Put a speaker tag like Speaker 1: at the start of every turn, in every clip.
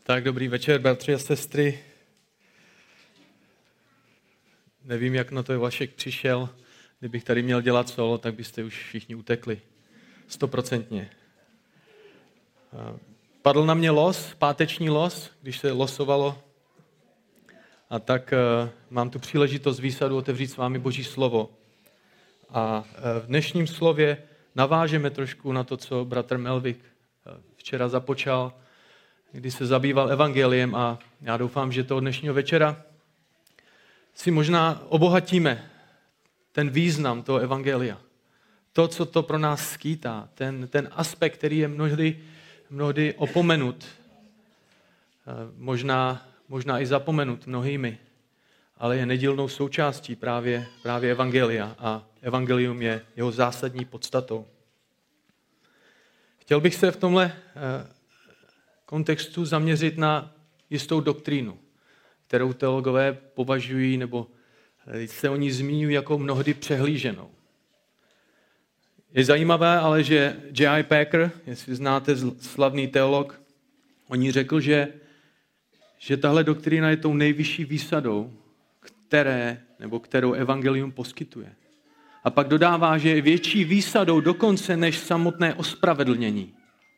Speaker 1: Tak dobrý večer, bratři a sestry. Nevím, jak na to Vašek přišel. Kdybych tady měl dělat solo, tak byste už všichni utekli. 100%. Padl na mě los, páteční los, když se losovalo. A tak mám tu příležitost výsadu otevřít s vámi Boží slovo. A v dnešním slově navážeme trošku na to, co bratr Melvik včera započal, kdy se zabýval evangeliem, a já doufám, že to od dnešního večera si možná obohatíme ten význam toho evangelia. To, co to pro nás skýtá, ten aspekt, který je mnohdy opomenut, možná i zapomenut mnohými, ale je nedílnou součástí právě evangelia, a evangelium je jeho zásadní podstatou. Chtěl bych se v tomhle kontextu zaměřit na jistou doktrínu, kterou teologové považují nebo se o ní zmiňují jako mnohdy přehlíženou. Je zajímavé ale, že J.I. Packer, jestli znáte, slavný teolog, on ní řekl, že tahle doktrína je tou nejvyšší výsadou, kterou evangelium poskytuje. A pak dodává, že je větší výsadou dokonce než samotné ospravedlnění.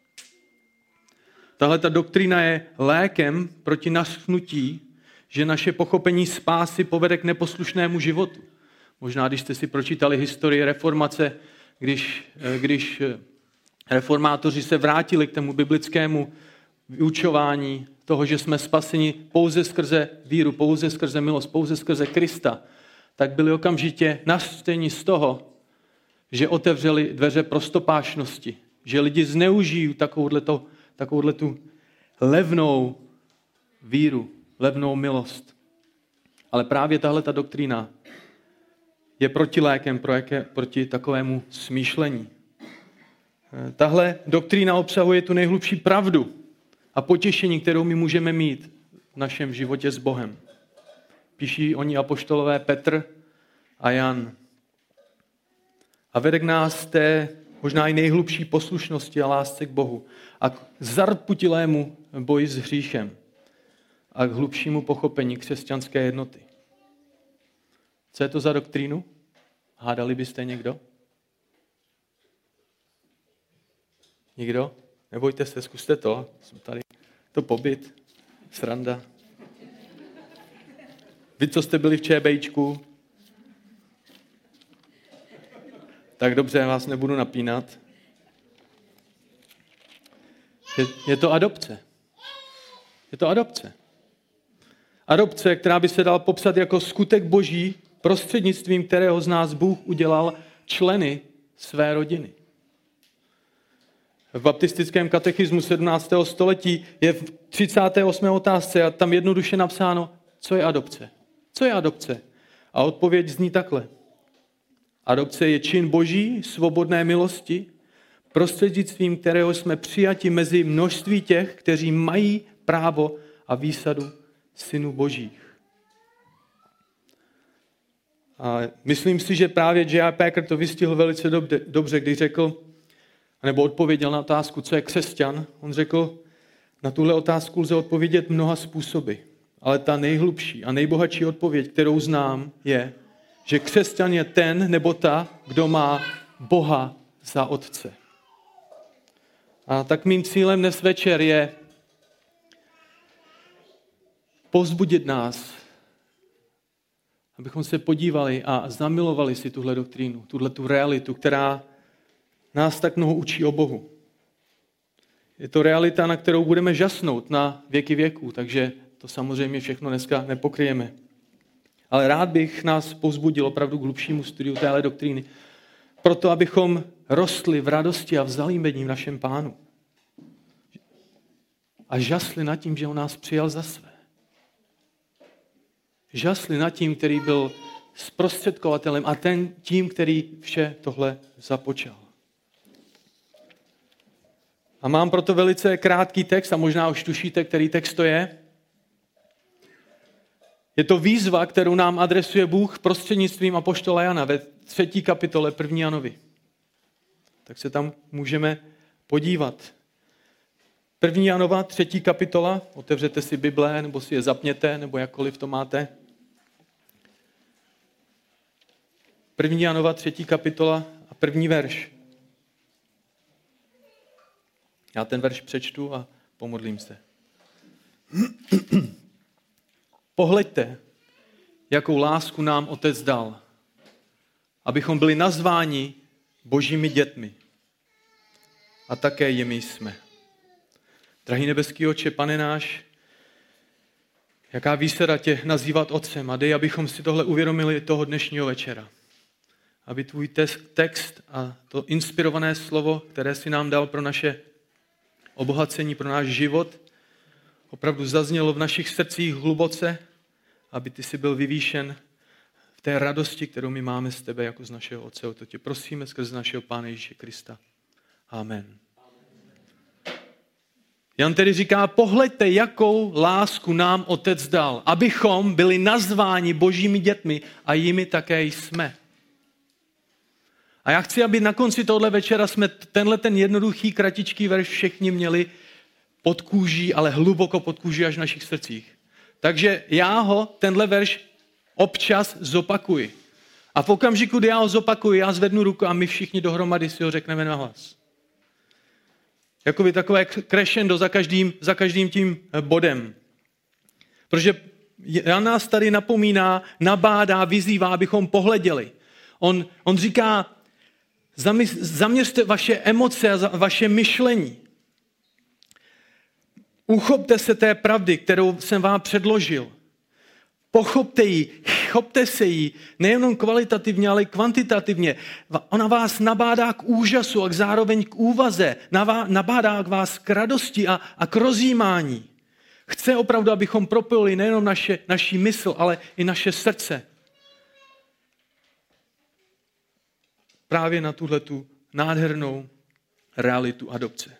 Speaker 1: Tahle ta doktrína je lékem proti naschnutí, že naše pochopení spásy povede k neposlušnému životu. Možná, když jste si pročítali historii reformace, když reformátoři se vrátili k tomu biblickému vyučování toho, že jsme spaseni pouze skrze víru, pouze skrze milost, pouze skrze Krista, tak byli okamžitě nařčeni z toho, že otevřeli dveře prostopášnosti, že lidi zneužijí takovouhletu levnou víru, levnou milost. Ale právě tahleta doktrína je protilékem proti takovému smýšlení. Tahle doktrína obsahuje tu nejhlubší pravdu a potěšení, kterou my můžeme mít v našem životě s Bohem. Píší o ní apoštolové Petr a Jan. A vede k nás té možná i nejhlubší poslušnosti a lásce k Bohu a k zarputilému boji s hříchem a k hlubšímu pochopení křesťanské jednoty. Co je to za doktrínu? Hádali byste někdo? Nikdo? Nebojte se, zkuste to. Jsem tady to pobyt. Sranda. Vy, co jste byli v ČBIčku? Tak dobře, vás nebudu napínat. Je to adopce. Je to adopce. Adopce, která by se dala popsat jako skutek Boží, prostřednictvím kterého z nás Bůh udělal členy své rodiny. V baptistickém katechismu 17. století je v 38. otázce a tam jednoduše napsáno, co je adopce. Co je adopce? A odpověď zní takhle. Adopce je čin Boží, svobodné milosti, prostřednictvím kterého jsme přijati mezi množství těch, kteří mají právo a výsadu synů Božích. A myslím si, že právě J.I. Packer to vystihl velice dobře, když řekl, nebo odpověděl na otázku, co je křesťan. On řekl, na tuhle otázku lze odpovědět mnoha způsoby, ale ta nejhlubší a nejbohatší odpověď, kterou znám, je, že křesťan je ten nebo ta, kdo má Boha za otce. A tak mým cílem dnes večer je povzbudit nás, abychom se podívali a zamilovali si tuhle doktrínu, tu realitu, která nás tak mnoho učí o Bohu. Je to realita, na kterou budeme žasnout na věky věků, takže to samozřejmě všechno dneska nepokryjeme. Ale rád bych nás povzbudil opravdu k hlubšímu studiu téhle doktríny, proto abychom rostli v radosti a v zalíbení v našem Pánu. A žasli nad tím, že on nás přijal za své. Žasli nad tím, který byl zprostředkovatelem a tím, který vše tohle započal. A mám proto velice krátký text a možná už tušíte, který text to je. Je to výzva, kterou nám adresuje Bůh prostřednictvím apoštola Jana ve 3. kapitole 1. Janovi. Tak se tam můžeme podívat. 1. Janova, 3. kapitola, otevřete si Bible, nebo si je zapněte, nebo jakkoliv to máte. 1. Janova, 3. kapitola a 1. verš. Já ten verš přečtu a pomodlím se. Pohleďte, jakou lásku nám Otec dal, abychom byli nazváni Božími dětmi. A také jimi jsme. Drahý nebeský Otče, Pane náš, jaká výsada tě nazývat Otcem a dej, abychom si tohle uvědomili toho dnešního večera. Aby tvůj text a to inspirované slovo, které si nám dal pro naše obohacení, pro náš život, opravdu zaznělo v našich srdcích hluboce, aby ty jsi byl vyvýšen v té radosti, kterou my máme z tebe jako z našeho Otce. O to tě prosíme skrze našeho Pána Ježíše Krista. Amen. Jan tedy říká, pohleďte, jakou lásku nám Otec dal, abychom byli nazváni Božími dětmi a jimi také jsme. A já chci, aby na konci tohle večera jsme ten jednoduchý, kratičký verš všichni měli pod kůží, ale hluboko pod kůží až v našich srdcích. Takže já ho, tenhle verš, občas zopakuji. A v okamžiku, kdy já ho zopakuji, já zvednu ruku a my všichni dohromady si ho řekneme nahlas. Jakoby takové crescendo za každým tím bodem. Protože Jan nás tady napomíná, nabádá, vyzývá, abychom pohleděli. On říká, zaměřte vaše emoce a vaše myšlení. Uchopte se té pravdy, kterou jsem vám předložil. Pochopte ji, chopte se jí, nejenom kvalitativně, ale i kvantitativně. Ona vás nabádá k úžasu a zároveň k úvaze. Nabádá k vás k radosti a k rozjímání. Chce opravdu, abychom propojili nejenom naši mysl, ale i naše srdce. Právě na tuhletu nádhernou realitu adopce.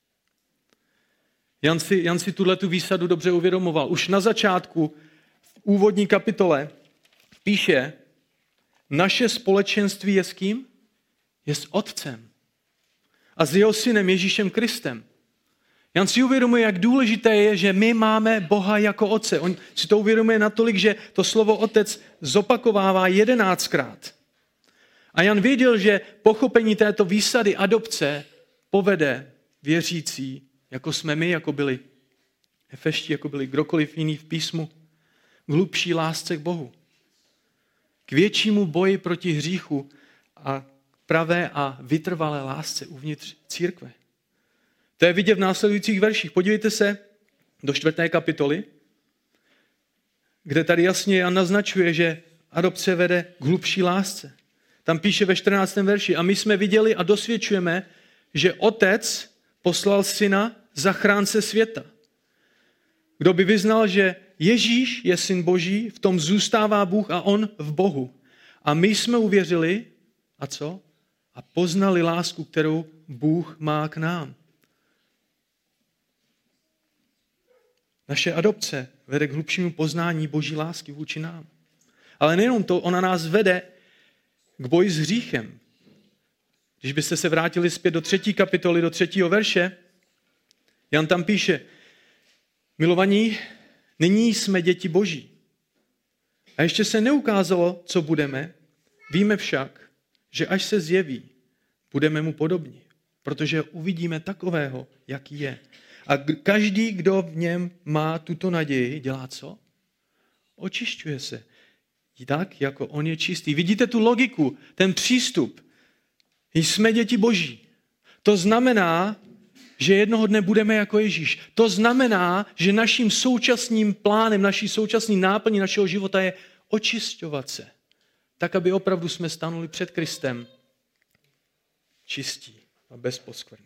Speaker 1: Jan si tuhletu výsadu dobře uvědomoval. Už na začátku v úvodní kapitole píše, naše společenství je s kým? Je s Otcem. A s jeho synem Ježíšem Kristem. Jan si uvědomuje, jak důležité je, že my máme Boha jako Otce. On si to uvědomuje natolik, že to slovo Otec zopakovává 11krát. A Jan věděl, že pochopení této výsady adopce povede věřící, jako jsme my, jako byli Efeští, jako byli kdokoliv jiný v písmu, k hlubší lásce k Bohu. K většímu boji proti hříchu a pravé a vytrvalé lásce uvnitř církve. To je vidět v následujících verších. Podívejte se do 4. kapitoly, kde tady jasně Jan naznačuje, že adopce vede k hlubší lásce. Tam píše ve 14. verši, a my jsme viděli a dosvědčujeme, že Otec poslal Syna, zachránce světa. Kdo by vyznal, že Ježíš je Syn Boží, v tom zůstává Bůh a on v Bohu. A my jsme uvěřili, a co? A poznali lásku, kterou Bůh má k nám. Naše adopce vede k hlubšímu poznání Boží lásky vůči nám. Ale nejenom to, ona nás vede k boji s hříchem. Když byste se vrátili zpět do 3. kapitoly, do 3. verše, Jan tam píše, milovaní, nyní jsme děti Boží. A ještě se neukázalo, co budeme, víme však, že až se zjeví, budeme mu podobní, protože uvidíme takového, jaký je. A každý, kdo v něm má tuto naději, dělá co? Očišťuje se. Tak, jako on je čistý. Vidíte tu logiku, ten přístup. Jsme děti Boží. To znamená, že jednoho dne budeme jako Ježíš. To znamená, že naším současným plánem, naší současný náplní našeho života je očišťovat se. Tak, aby opravdu jsme stanuli před Kristem čistí a bez poskvrny.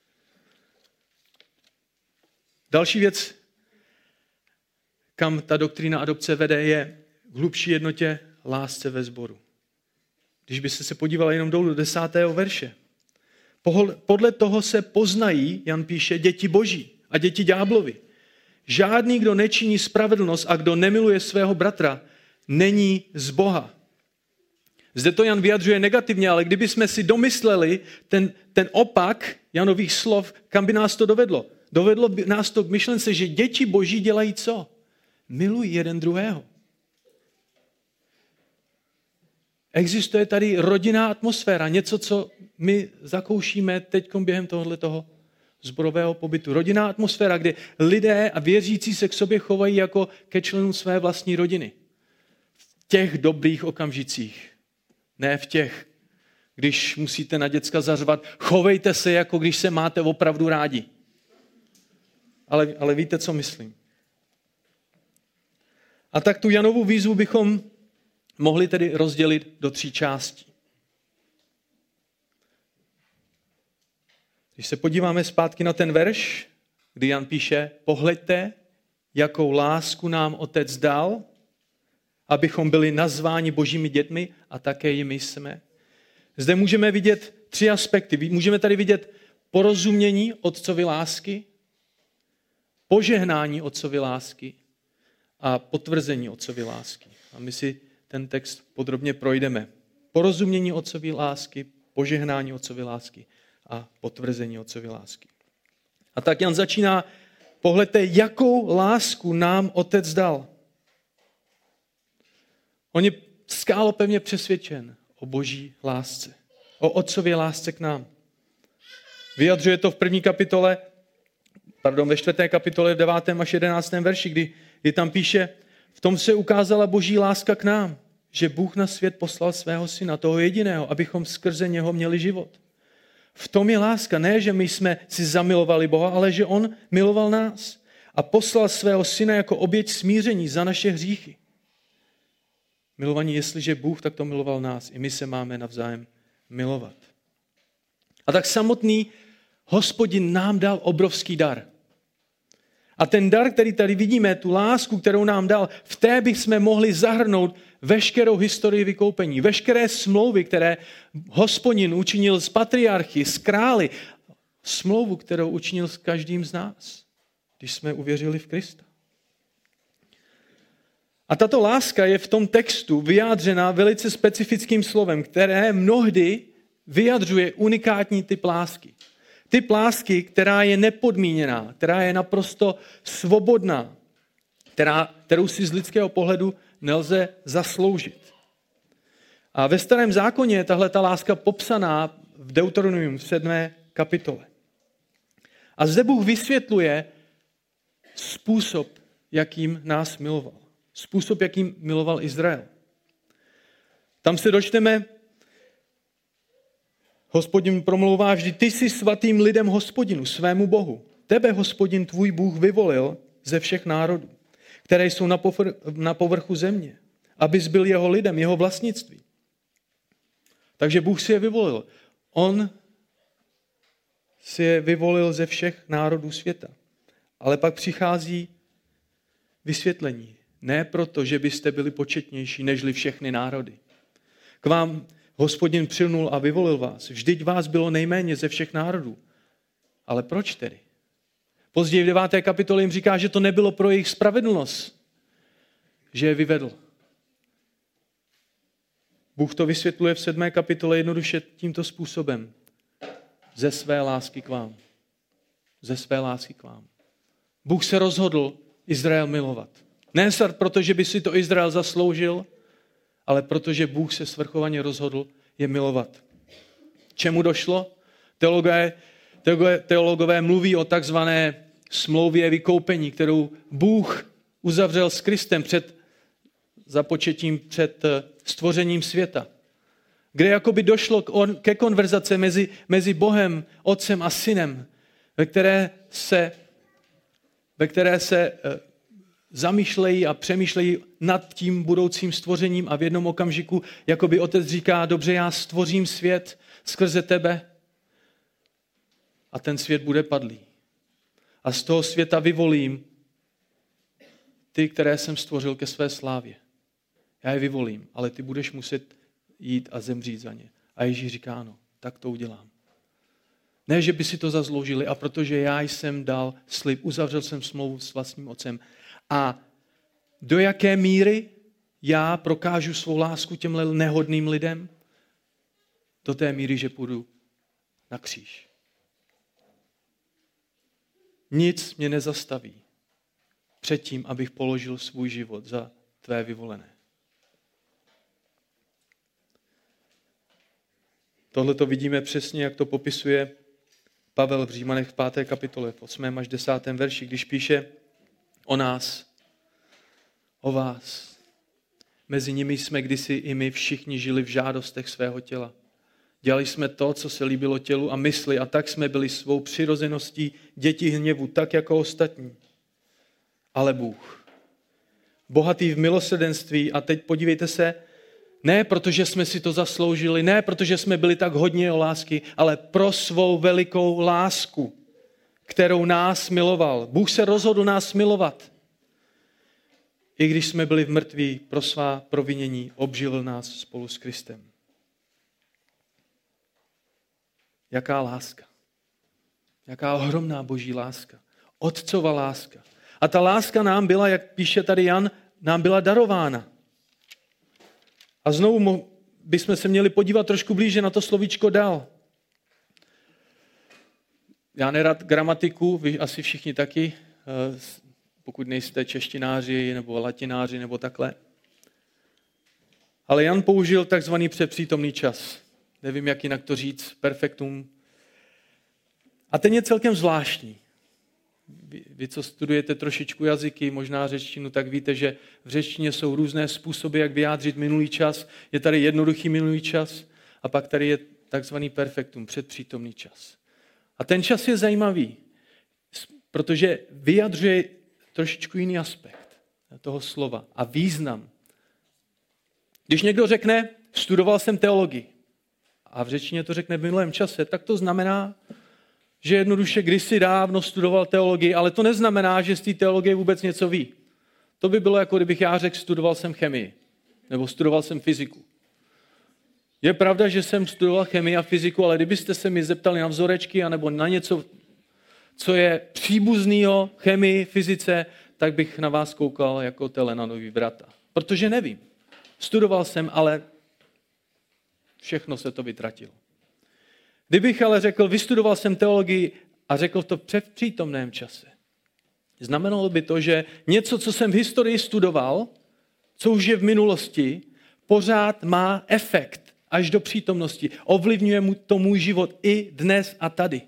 Speaker 1: Další věc, kam ta doktrína adopce vede, je k hlubší jednotě lásce ve sboru. Když byste se podívali jenom dolů do 10. verše. Podle toho se poznají, Jan píše, děti Boží a děti ďáblovi. Žádný, kdo nečiní spravedlnost a kdo nemiluje svého bratra, není z Boha. Zde to Jan vyjadřuje negativně, ale kdyby jsme si domysleli ten opak Janových slov, kam by nás to dovedlo? Dovedlo by nás to k myšlence, že děti Boží dělají co? Milují jeden druhého. Existuje tady rodinná atmosféra, něco, co my zakoušíme teď během tohoto sborového pobytu. Rodinná atmosféra, kde lidé a věřící se k sobě chovají jako ke členům své vlastní rodiny. V těch dobrých okamžicích, ne v těch, když musíte na děcka zařvat, chovejte se, jako když se máte opravdu rádi. Ale víte, co myslím. A tak tu Janovu výzvu bychom mohli tedy rozdělit do 3 částí. Když se podíváme zpátky na ten verš, kdy Jan píše, pohleďte, jakou lásku nám Otec dal, abychom byli nazváni Božími dětmi a také jimi jsme. Zde můžeme vidět 3 aspekty. Můžeme tady vidět porozumění Otcovy lásky, požehnání Otcovy lásky a potvrzení Otcovy lásky. A my si ten text podrobně projdeme. Porozumění Otcovy lásky, požehnání Otcovy lásky a potvrzení Otcovy lásky. A tak Jan začíná, pohledte, jakou lásku nám Otec dal. On je skálopevně přesvědčen o Boží lásce, o Otcově lásce k nám. Vyjadřuje to ve 4. kapitole v 9. až 11. verši, kdy tam píše, v tom se ukázala Boží láska k nám, že Bůh na svět poslal svého syna, toho jediného, abychom skrze něho měli život. V tom je láska, ne, že my jsme si zamilovali Boha, ale že on miloval nás a poslal svého syna jako oběť smíření za naše hříchy. Milovaní, jestliže Bůh takto miloval nás, i my se máme navzájem milovat. A tak samotný Hospodin nám dal obrovský dar. A ten dar, který tady vidíme, tu lásku, kterou nám dal, v té bychom mohli zahrnout veškerou historii vykoupení, veškeré smlouvy, které Hospodin učinil s patriarchy, s králi, smlouvu, kterou učinil s každým z nás, když jsme uvěřili v Krista. A tato láska je v tom textu vyjádřena velice specifickým slovem, které mnohdy vyjadřuje unikátní typ lásky. Typ lásky, která je nepodmíněná, která je naprosto svobodná, kterou si z lidského pohledu nelze zasloužit. A ve Starém zákoně je tahleta láska popsaná v Deuteronomium v 7. kapitole. A zde Bůh vysvětluje způsob, jakým nás miloval. Způsob, jakým miloval Izrael. Tam se dočteme, Hospodin promlouvá vždy, ty jsi svatým lidem Hospodinu, svému Bohu. Tebe, Hospodin, tvůj Bůh vyvolil ze všech národů, které jsou na povrchu země, abys byl jeho lidem, jeho vlastnictví. Takže Bůh si je vyvolil. On si je vyvolil ze všech národů světa. Ale pak přichází vysvětlení. Ne proto, že byste byli početnější nežli všechny národy. K vám Hospodin přilnul a vyvolil vás. Vždyť vás bylo nejméně ze všech národů. Ale proč tedy? Později v 9. kapitole jim říká, že to nebylo pro jejich spravedlnost, že je vyvedl. Bůh to vysvětluje v 7. kapitole jednoduše tímto způsobem. Ze své lásky k vám. Ze své lásky k vám. Bůh se rozhodl Izrael milovat. Ne snad proto, že by si to Izrael zasloužil, ale protože Bůh se svrchovaně rozhodl je milovat. Čemu došlo? Teologové mluví o takzvané smlouvě vykoupení, kterou Bůh uzavřel s Kristem před stvořením světa. Kde jakoby došlo ke konverzaci mezi Bohem, Otcem a Synem, ve které se zamýšlejí a přemýšlejí nad tím budoucím stvořením a v jednom okamžiku jakoby Otec říká, dobře, já stvořím svět skrze tebe a ten svět bude padlý. A z toho světa vyvolím ty, které jsem stvořil ke své slávě. Já je vyvolím, ale ty budeš muset jít a zemřít za ně. A Ježíš říká, ano, tak to udělám. Ne, že by si to zasloužili, a protože já jsem dal slib, uzavřel jsem smlouvu s vlastním Otcem. A do jaké míry já prokážu svou lásku těmhle nehodným lidem? Do té míry, že půjdu na kříž. Nic mě nezastaví předtím, abych položil svůj život za tvé vyvolené. Tohle to vidíme přesně, jak to popisuje Pavel v Římanech v 5. kapitole, v 8. až 10. verši, když píše o nás, o vás. Mezi nimi jsme kdysi i my všichni žili v žádostech svého těla. Dělali jsme to, co se líbilo tělu a mysli, a tak jsme byli svou přirozeností děti hněvu, tak jako ostatní. Ale Bůh, bohatý v milosrdenství, a teď podívejte se, ne protože jsme si to zasloužili, ne protože jsme byli tak hodně o lásky, ale pro svou velikou lásku, kterou nás miloval. Bůh se rozhodl nás milovat. I když jsme byli v mrtví pro svá provinění, obživil nás spolu s Kristem. Jaká láska. Jaká ohromná boží láska. Otcova láska. A ta láska nám byla, jak píše tady Jan, nám byla darována. A znovu bychom se měli podívat trošku blíže na to slovíčko dal. Já nerad gramatiku, vy asi všichni taky, pokud nejste češtináři nebo latináři nebo takhle. Ale Jan použil takzvaný předpřítomný čas. Nevím, jak jinak to říct, perfektum. A ten je celkem zvláštní. Vy, co studujete trošičku jazyky, možná řečtinu, tak víte, že v řečtině jsou různé způsoby, jak vyjádřit minulý čas. Je tady jednoduchý minulý čas a pak tady je takzvaný perfektum, předpřítomný čas. A ten čas je zajímavý, protože vyjadřuje trošičku jiný aspekt toho slova a význam. Když někdo řekne, studoval jsem teologii, a v řečtině to řekne v minulém čase, tak to znamená, že jednoduše kdysi dávno studoval teologii, ale to neznamená, že z té teologie vůbec něco ví. To by bylo, jako kdybych já řekl, studoval jsem chemii, nebo studoval jsem fyziku. Je pravda, že jsem studoval chemii a fyziku, ale kdybyste se mi zeptali na vzorečky anebo na něco, co je příbuznýho chemii, fyzice, tak bych na vás koukal jako Telenonovi vrata. Protože nevím. Studoval jsem, ale všechno se to vytratilo. Kdybych ale řekl, vystudoval jsem teologii a řekl to v přítomném čase, znamenalo by to, že něco, co jsem v historii studoval, co už je v minulosti, pořád má efekt až do přítomnosti. Ovlivňuje to můj život i dnes a tady.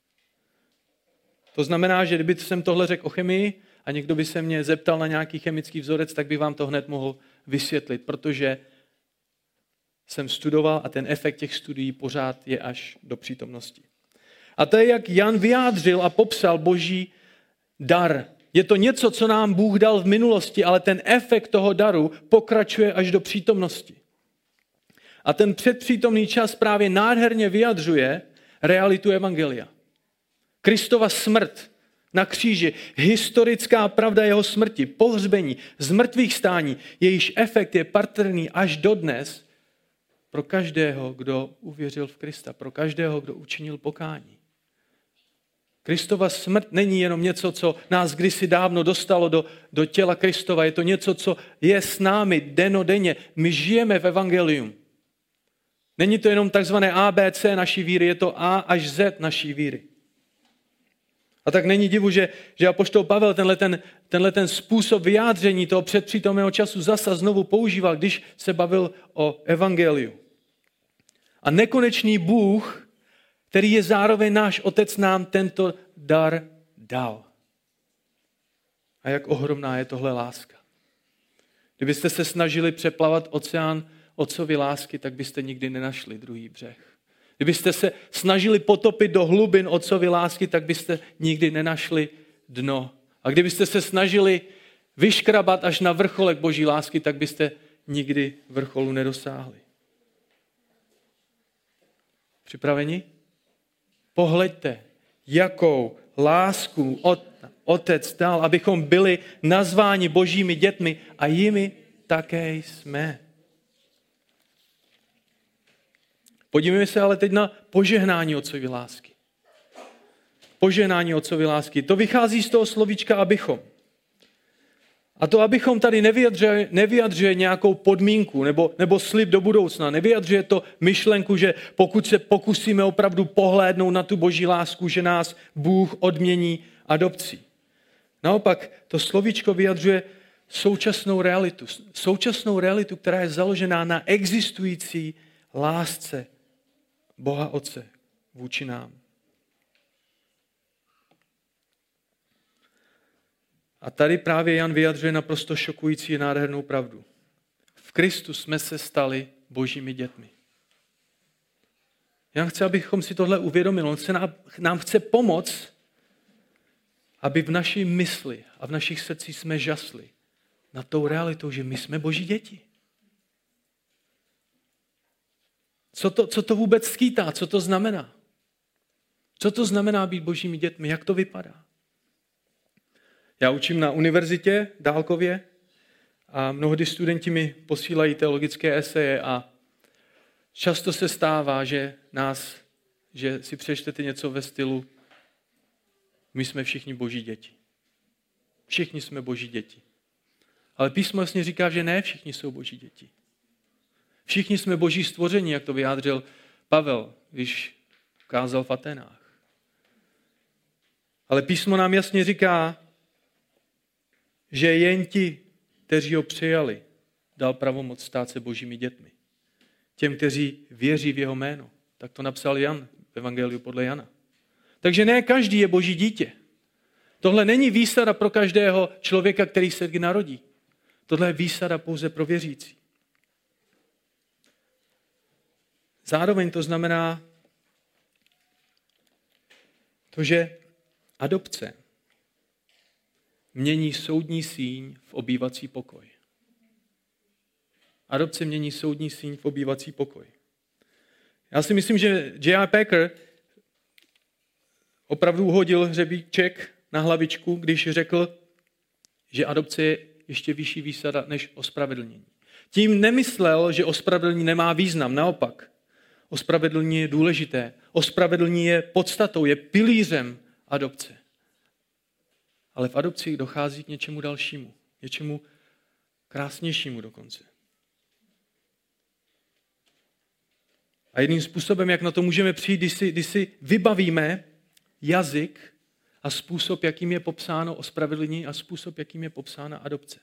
Speaker 1: To znamená, že kdyby jsem tohle řekl o chemii a někdo by se mě zeptal na nějaký chemický vzorec, tak by vám to hned mohl vysvětlit, protože jsem studoval a ten efekt těch studií pořád je až do přítomnosti. A to je, jak Jan vyjádřil a popsal boží dar. Je to něco, co nám Bůh dal v minulosti, ale ten efekt toho daru pokračuje až do přítomnosti. A ten předpřítomný čas právě nádherně vyjadřuje realitu evangelia. Kristova smrt na kříži, historická pravda jeho smrti, pohřbení, zmrtvých stání, jejíž efekt je patrný až dodnes pro každého, kdo uvěřil v Krista, pro každého, kdo učinil pokání. Kristova smrt není jenom něco, co nás kdysi dávno dostalo do těla Kristova, je to něco, co je s námi dennodenně. My žijeme v evangelium. Není to jenom takzvané ABC naší víry, je to A až Z naší víry. A tak není divu, že apoštol Pavel tenhle způsob vyjádření toho předpřítomného času zasa znovu používal, když se bavil o evangeliu. A nekonečný Bůh, který je zároveň náš Otec, nám tento dar dal. A jak ohromná je tohle láska. Kdybyste se snažili přeplavat oceán otcovy lásky, tak byste nikdy nenašli druhý břeh. Kdybyste se snažili potopit do hlubin otcovy lásky, tak byste nikdy nenašli dno. A kdybyste se snažili vyškrabat až na vrcholek boží lásky, tak byste nikdy vrcholu nedosáhli. Připraveni? Pohleďte, jakou lásku Otec dal, abychom byli nazváni božími dětmi a jimi také jsme. Podívejme se ale teď na požehnání otcovy lásky. Požehnání otcovy lásky. To vychází z toho slovíčka abychom. A to abychom tady nevyjadřuje nějakou podmínku nebo slib do budoucna. Nevyjadřuje to myšlenku, že pokud se pokusíme opravdu pohlédnout na tu boží lásku, že nás Bůh odmění adopcí. Naopak to slovíčko vyjadřuje současnou realitu, která je založená na existující lásce Boha Otce vůči nám. A tady právě Jan vyjadřuje naprosto šokující a nádhernou pravdu. V Kristu jsme se stali božími dětmi. Jan chce, abychom si tohle uvědomili. On nám chce pomoct, aby v naší mysli a v našich srdcích jsme žasli nad tou realitou, že my jsme boží děti. Co to vůbec skýtá? Co to znamená? Co to znamená být božími dětmi? Jak to vypadá? Já učím na univerzitě dálkově a mnohdy studenti mi posílají teologické eseje a často se stává, že si přečtete něco ve stylu my jsme všichni boží děti. Všichni jsme boží děti. Ale písmo jasně říká, že ne všichni jsou boží děti. Všichni jsme boží stvoření, jak to vyjádřil Pavel, když kázal v Atenách. Ale písmo nám jasně říká, že jen ti, kteří ho přijali, dal pravomoc stát se božími dětmi. Těm, kteří věří v jeho jméno. Tak to napsal Jan v Evangeliu podle Jana. Takže ne každý je boží dítě. Tohle není výsada pro každého člověka, který se narodí. Tohle je výsada pouze pro věřící. Zároveň to znamená to, že adopce mění soudní síň v obývací pokoj. Adopce mění soudní síň v obývací pokoj. Já si myslím, že J.I. Packer opravdu uhodil hřebíček na hlavičku, když řekl, že adopce je ještě vyšší výsada než ospravedlnění. Tím nemyslel, že ospravedlnění nemá význam, naopak. Ospravedlnění je důležité. Ospravedlnění je podstatou, je pilířem adopce. Ale v adopci dochází k něčemu dalšímu, něčemu krásnějšímu dokonce. A jedním způsobem, jak na to můžeme přijít, když si vybavíme jazyk a způsob, jakým je popsáno ospravedlnění a způsob, jakým je popsána adopce.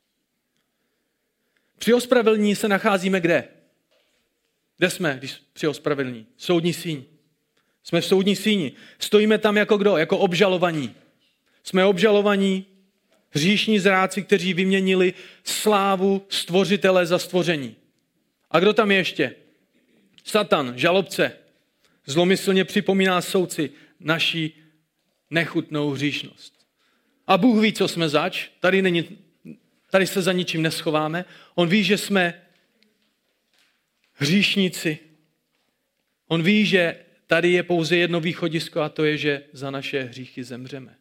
Speaker 1: Při ospravedlnění se nacházíme kde? Kde jsme, když při ospravedlnění? Soudní síň. Jsme v soudní síni. Stojíme tam jako kdo? Jako obžalovaní. Jsme obžalovaní, hříšní zrádci, kteří vyměnili slávu stvořitele za stvoření. A kdo tam je ještě? Satan, žalobce. Zlomyslně připomíná soudci naší nechutnou hříšnost. A Bůh ví, co jsme zač. Tady se za ničím neschováme. On ví, že jsme hříšníci. On ví, že tady je pouze jedno východisko a to je, že za naše hříchy zemřeme.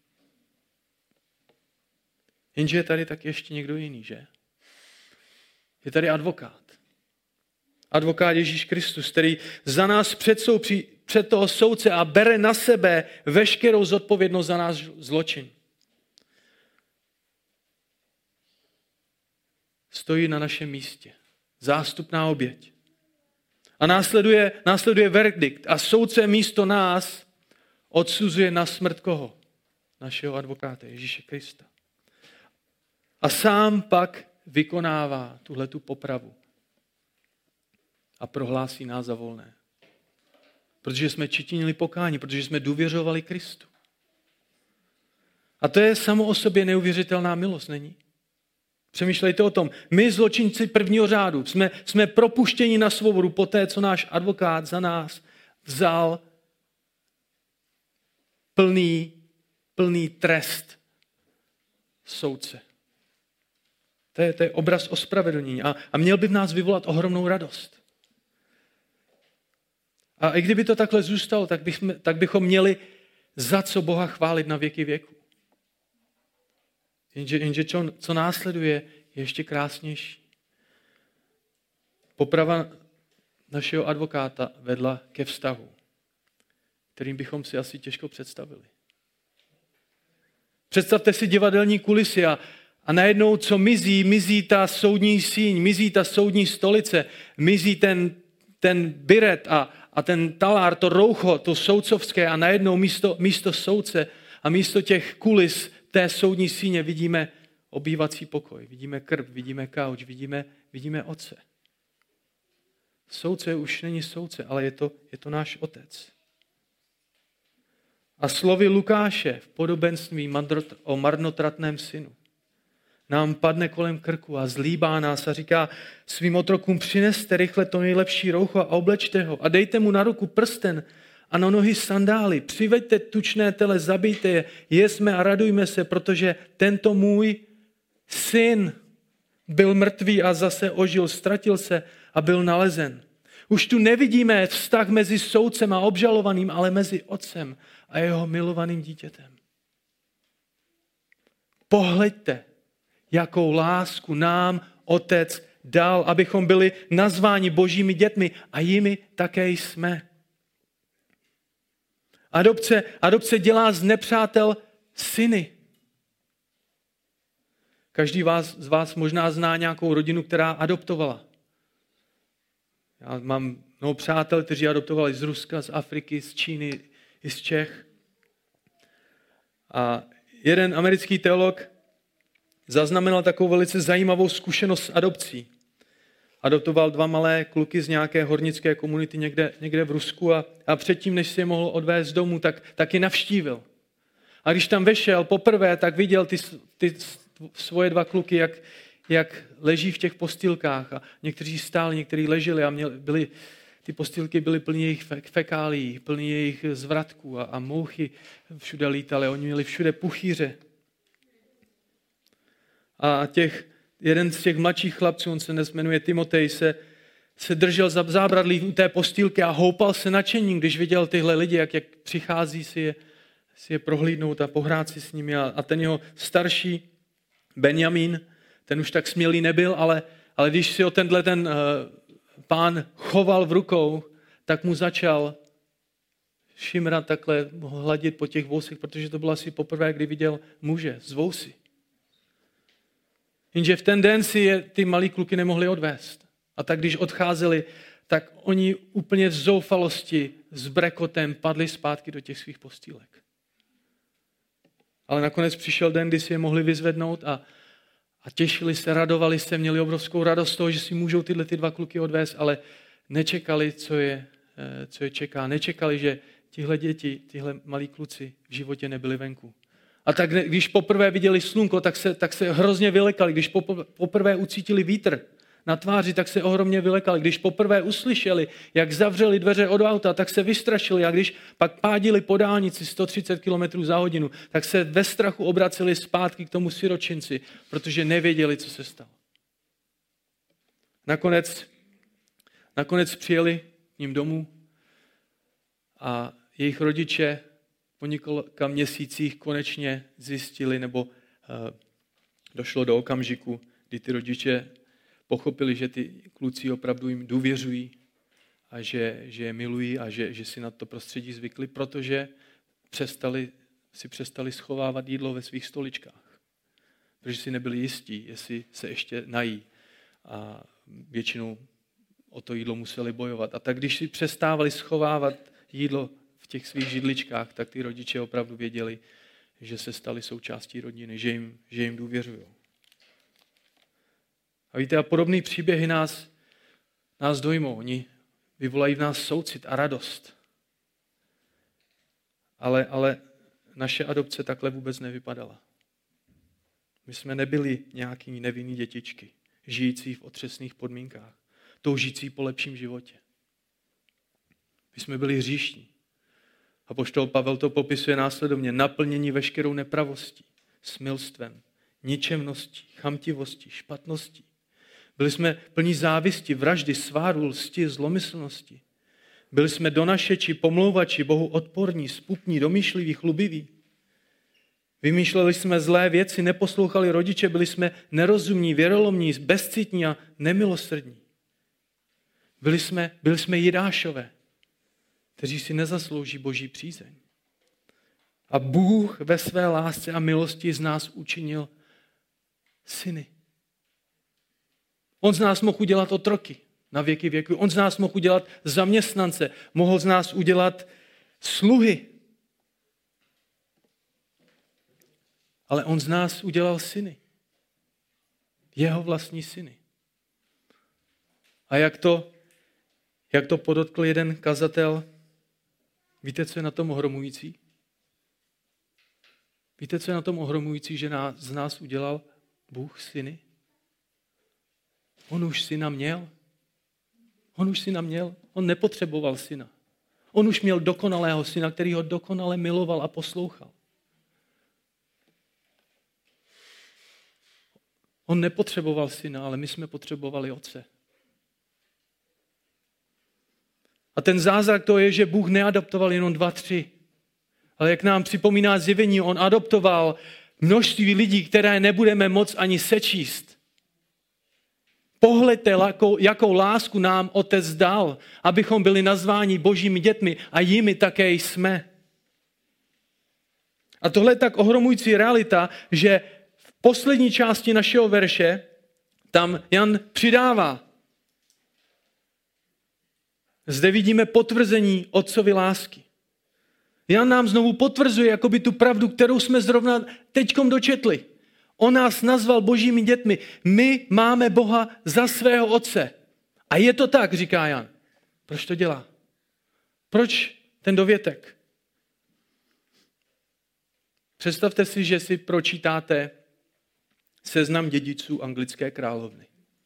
Speaker 1: Jenže je tady tak ještě někdo jiný, že? Je tady advokát. Advokát Ježíš Kristus, který za nás před toho soudce a bere na sebe veškerou zodpovědnost za náš zločin. Stojí na našem místě. Zástupná oběť. A následuje verdikt. A soudce místo nás odsuzuje na smrt koho? Našeho advokáta Ježíše Krista. A sám pak vykonává tuhletu popravu. A prohlásí nás za volné. Protože jsme činili pokání, protože jsme důvěřovali Kristu. A to je samo o sobě neuvěřitelná milost, není? Přemýšlejte o tom. My, zločinci prvního řádu, jsme propuštěni na svobodu poté, co náš advokát za nás vzal plný trest soudce. To je obraz ospravedlnění a měl by v nás vyvolat ohromnou radost. A i kdyby to takhle zůstalo, tak bychom měli za co Boha chválit na věky věku. Jenže co následuje, je ještě krásnější. Poprava našeho advokáta vedla ke vztahu, kterým bychom si asi těžko představili. Představte si divadelní kulisy a najednou, co mizí ta soudní síň, mizí ta soudní stolice, mizí ten biret a ten talár, to roucho, to soudcovské a najednou místo soudce A místo těch kulis té soudní síně vidíme obývací pokoj, vidíme krb, vidíme kauč, vidíme Otce. Soudce už není soudce, ale je to náš Otec. A slovy Lukáše v podobenství o marnotratném synu nám padne kolem krku a zlíbá nás a říká svým otrokům: přineste rychle to nejlepší roucho a oblečte ho a dejte mu na ruku prsten a na nohy sandály. Přiveďte tučné tele, zabijte je, jesme a radujme se, protože tento můj syn byl mrtvý a zase ožil, ztratil se a byl nalezen. Už tu nevidíme vztah mezi soudcem a obžalovaným, ale mezi otcem a jeho milovaným dítětem. Pohleďte, jakou lásku nám Otec dal, abychom byli nazváni Božími dětmi a jimi také jsme. Adopce dělá z nepřátel syny. Každý z vás možná zná nějakou rodinu, která adoptovala. Já mám mnoho přátel, kteří adoptovali z Ruska, z Afriky, z Číny i z Čech. A jeden americký teolog zaznamenal takovou velice zajímavou zkušenost s adopcí. Adoptoval 2 malé kluky z nějaké hornické komunity někde v Rusku a předtím, než si je mohl odvést domů, tak je navštívil. A když tam vešel poprvé, tak viděl ty svoje 2 kluky, jak leží v těch postýlkách. A někteří stáli, někteří leželi a ty postýlky byly plné jejich fekálií, plné jejich zvratků a mouchy všude lítaly. Oni měli všude puchýře. A jeden z těch mladších chlapců, on se dnes jmenuje Timotej, se držel za zábradlí u té postýlky a houpal se nadšením, když viděl tyhle lidi, jak přichází si je prohlídnout a pohrát si s nimi. A ten jeho starší Benjamin, ten už tak smělý nebyl, ale když si ho ten pán choval v rukou, tak mu začal šimrat takhle, hladit po těch vousech, protože to bylo asi poprvé, kdy viděl muže z vousy. Jenže v ten den si je ty malí kluky nemohli odvést. A tak když odcházeli, tak oni úplně v zoufalosti s brekotem padli zpátky do těch svých postýlek. Ale nakonec přišel den, kdy si je mohli vyzvednout a těšili se, radovali se, měli obrovskou radost z toho, že si můžou tyhle 2 kluky odvést, ale nečekali, co je čeká. Nečekali, že tihle děti, tihle malí kluci v životě nebyli venku. A tak když poprvé viděli slunko, tak se hrozně vylekali. Když poprvé ucítili vítr na tváři, tak se ohromně vylekali. Když poprvé uslyšeli, jak zavřeli dveře od auta, tak se vystrašili. A když pak pádili po dálnici 130 km za hodinu, tak se ve strachu obraceli zpátky k tomu siročinci, protože nevěděli, co se stalo. Nakonec přijeli k ním domů a jejich rodiče po několika měsících konečně zjistili, nebo došlo do okamžiku, kdy ty rodiče pochopili, že ty kluci opravdu jim důvěřují a že je milují a že si na to prostředí zvykli, protože přestali schovávat jídlo ve svých stoličkách. Protože si nebyli jistí, jestli se ještě nají. A většinou o to jídlo museli bojovat. A tak když si přestávali schovávat jídlo v těch svých židličkách, tak ty rodiče opravdu věděli, že se stali součástí rodiny, že jim důvěřují. A víte, a podobné příběhy nás dojmou. Oni vyvolají v nás soucit a radost. Ale naše adopce takhle vůbec nevypadala. My jsme nebyli nějaký nevinný dětičky, žijící v otřesných podmínkách, toužící po lepším životě. My jsme byli hříšní. Apoštol Pavel to popisuje následovně: naplnění veškerou nepravostí, smilstvem, ničemností, chamtivostí, špatností. Byli jsme plní závisti, vraždy, sváru, lsti, zlomyslnosti. Byli jsme donašeči, pomlouvači, Bohu odporní, spupní, domýšliví, chlubiví. Vymýšleli jsme zlé věci, neposlouchali rodiče, byli jsme nerozumní, věrolomní, bezcitní a nemilosrdní. Byli jsme Jidášové, kteří si nezaslouží Boží přízeň. A Bůh ve své lásce a milosti z nás učinil syny. On z nás mohl udělat otroky na věky věku. On z nás mohl udělat zaměstnance. Mohl z nás udělat sluhy. ale on z nás udělal syny. Jeho vlastní syny. A jak to podotkl jeden kazatel, víte, co je na tom ohromující? Víte, co je na tom ohromující, že z nás udělal Bůh syny? On už syna měl. On nepotřeboval syna. On už měl dokonalého syna, který ho dokonale miloval a poslouchal. On nepotřeboval syna, ale my jsme potřebovali otce. A ten zázrak to je, že Bůh neadoptoval jenom 2, 3. Ale jak nám připomíná Zjevení, on adoptoval množství lidí, které nebudeme moc ani sečíst. Pohledte, jakou lásku nám Otec dal, abychom byli nazváni Božími dětmi a jimi také jsme. A tohle je tak ohromující realita, že v poslední části našeho verše tam Jan přidává. Zde vidíme potvrzení Otcovy lásky. Jan nám znovu potvrzuje jakoby tu pravdu, kterou jsme zrovna teďkom dočetli. On nás nazval Božími dětmi. My máme Boha za svého Otce. A je to tak, říká Jan. Proč to dělá? Proč ten dovětek? Představte si, že si pročítáte seznam dědiců anglické královny.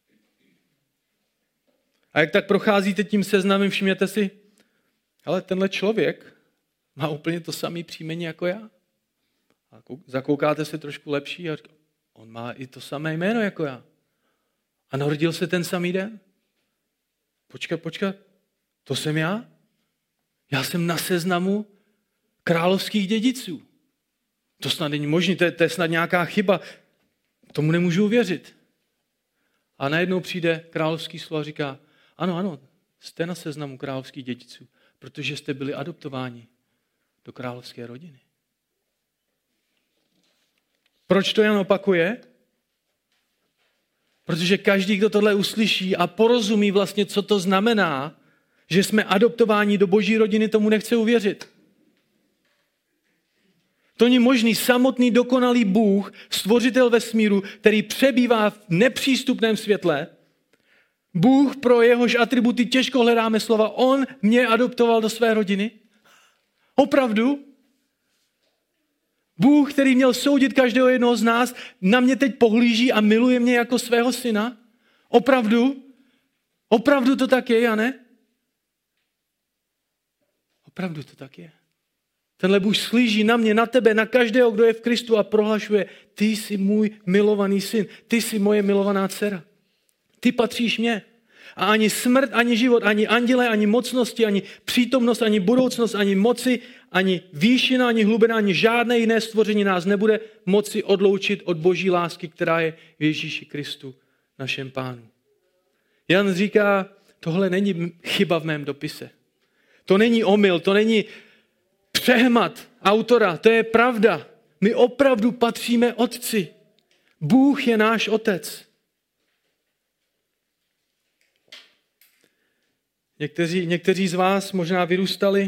Speaker 1: A jak tak procházíte tím seznamem, všimněte si, ale tenhle člověk má úplně to samé příjmení jako já. A zakoukáte se trošku lepší a říkáte, on má i to samé jméno jako já. A narodil se ten samý den. Počkat, to jsem já? Já jsem na seznamu královských dědiců. To snad není možné, to je snad nějaká chyba. Tomu nemůžu uvěřit. A najednou přijde královský slovo a říká, ano, jste na seznamu královských dědiců, protože jste byli adoptováni do královské rodiny. Proč to Jan opakuje? Protože každý, kdo tohle uslyší a porozumí vlastně, co to znamená, že jsme adoptováni do Boží rodiny, tomu nechce uvěřit. To není možný samotný dokonalý Bůh, stvořitel vesmíru, který přebývá v nepřístupném světle. Bůh, pro jehož atributy těžko hledáme slova, on mě adoptoval do své rodiny. Opravdu? Bůh, který měl soudit každého jednoho z nás, na mě teď pohlíží a miluje mě jako svého syna? Opravdu? Opravdu to tak je, Jane? Opravdu to tak je. Tenhle Bůh slíží na mě, na tebe, na každého, kdo je v Kristu a prohlašuje, ty jsi můj milovaný syn, ty jsi moje milovaná dcera. Ty patříš mně. A ani smrt, ani život, ani anděle, ani mocnosti, ani přítomnost, ani budoucnost, ani moci, ani výšina, ani hlubina, ani žádné jiné stvoření nás nebude moci odloučit od Boží lásky, která je v Ježíši Kristu, našem Pánu. Jan říká, tohle není chyba v mém dopise. To není omyl, to není přehmat autora, to je pravda. My opravdu patříme Otci. Bůh je náš Otec. Někteří z vás možná vyrůstali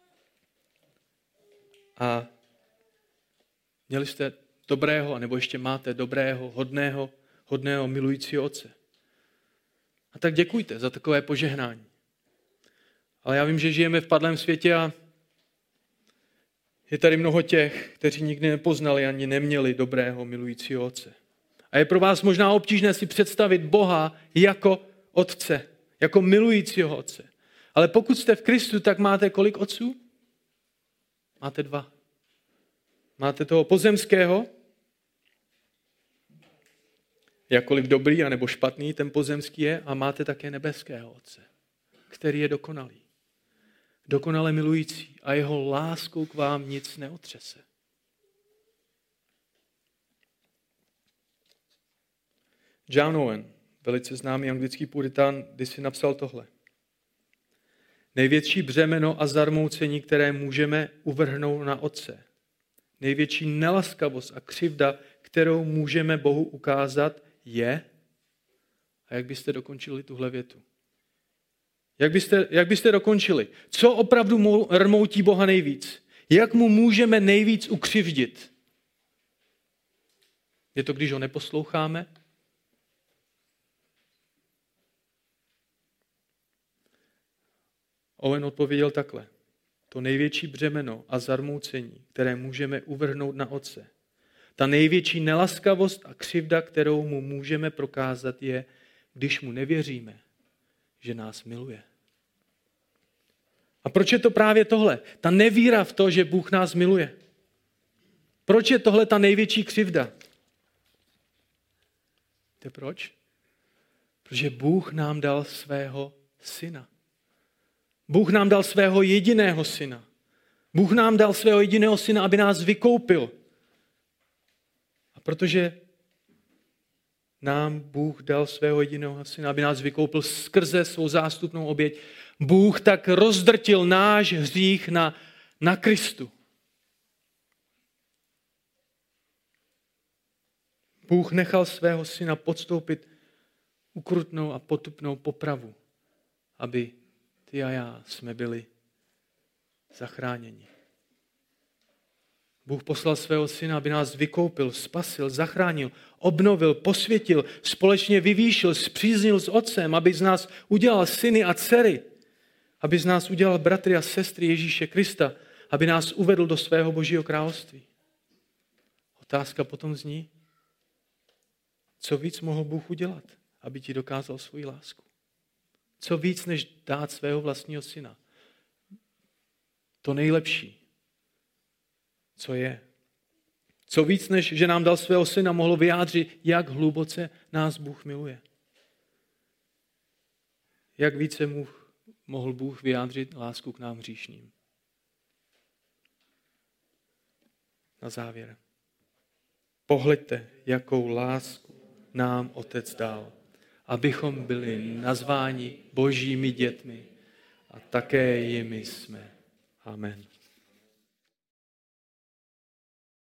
Speaker 1: a měli jste dobrého, nebo ještě máte dobrého, hodného, milujícího otce. A tak děkujte za takové požehnání. Ale já vím, že žijeme v padlém světě a je tady mnoho těch, kteří nikdy nepoznali ani neměli dobrého, milujícího otce. A je pro vás možná obtížné si představit Boha jako otce, jako milujícího otce. Ale pokud jste v Kristu, tak máte kolik otců? Máte 2. Máte toho pozemského, jakkoliv dobrý anebo špatný ten pozemský je, a máte také nebeského otce, který je dokonalý. Dokonale milující a jeho láskou k vám nic neotřese. John Owen, velice známý anglický puritán, když si napsal tohle. Největší břemeno a zarmoucení, které můžeme uvrhnout na Otce. Největší nelaskavost a křivda, kterou můžeme Bohu ukázat, je... A jak byste dokončili tuhle větu? Jak byste dokončili? Co opravdu rmoutí Boha nejvíc? Jak mu můžeme nejvíc ukřivdit? Je to, když ho neposloucháme? Owen odpověděl takhle. To největší břemeno a zarmoucení, které můžeme uvrhnout na Otce, ta největší nelaskavost a křivda, kterou mu můžeme prokázat, je, když mu nevěříme, že nás miluje. A proč je to právě tohle? Ta nevíra v to, že Bůh nás miluje. Proč je tohle ta největší křivda? Víte proč? Protože Bůh nám dal svého syna. Bůh nám dal svého jediného syna. Bůh nám dal svého jediného syna, aby nás vykoupil. A protože nám Bůh dal svého jediného syna, aby nás vykoupil skrze svou zástupnou oběť, Bůh tak rozdrtil náš hřích na Kristu. Bůh nechal svého syna podstoupit ukrutnou a potupnou popravu, aby ty a já jsme byli zachráněni. Bůh poslal svého syna, aby nás vykoupil, spasil, zachránil, obnovil, posvětil, společně vyvýšil, spříznil s Otcem, aby z nás udělal syny a dcery, aby z nás udělal bratry a sestry Ježíše Krista, aby nás uvedl do svého Božího království. Otázka potom zní, co víc mohl Bůh udělat, aby ti dokázal svoji lásku? Co víc, než dát svého vlastního syna? To nejlepší, co je. Co víc, než že nám dal svého syna, mohlo vyjádřit, jak hluboce nás Bůh miluje. Jak více mohl Bůh vyjádřit lásku k nám hříšným. Na závěr. Pohleďte, jakou lásku nám Otec dal, abychom byli nazváni Božími dětmi a také jimi jsme. Amen.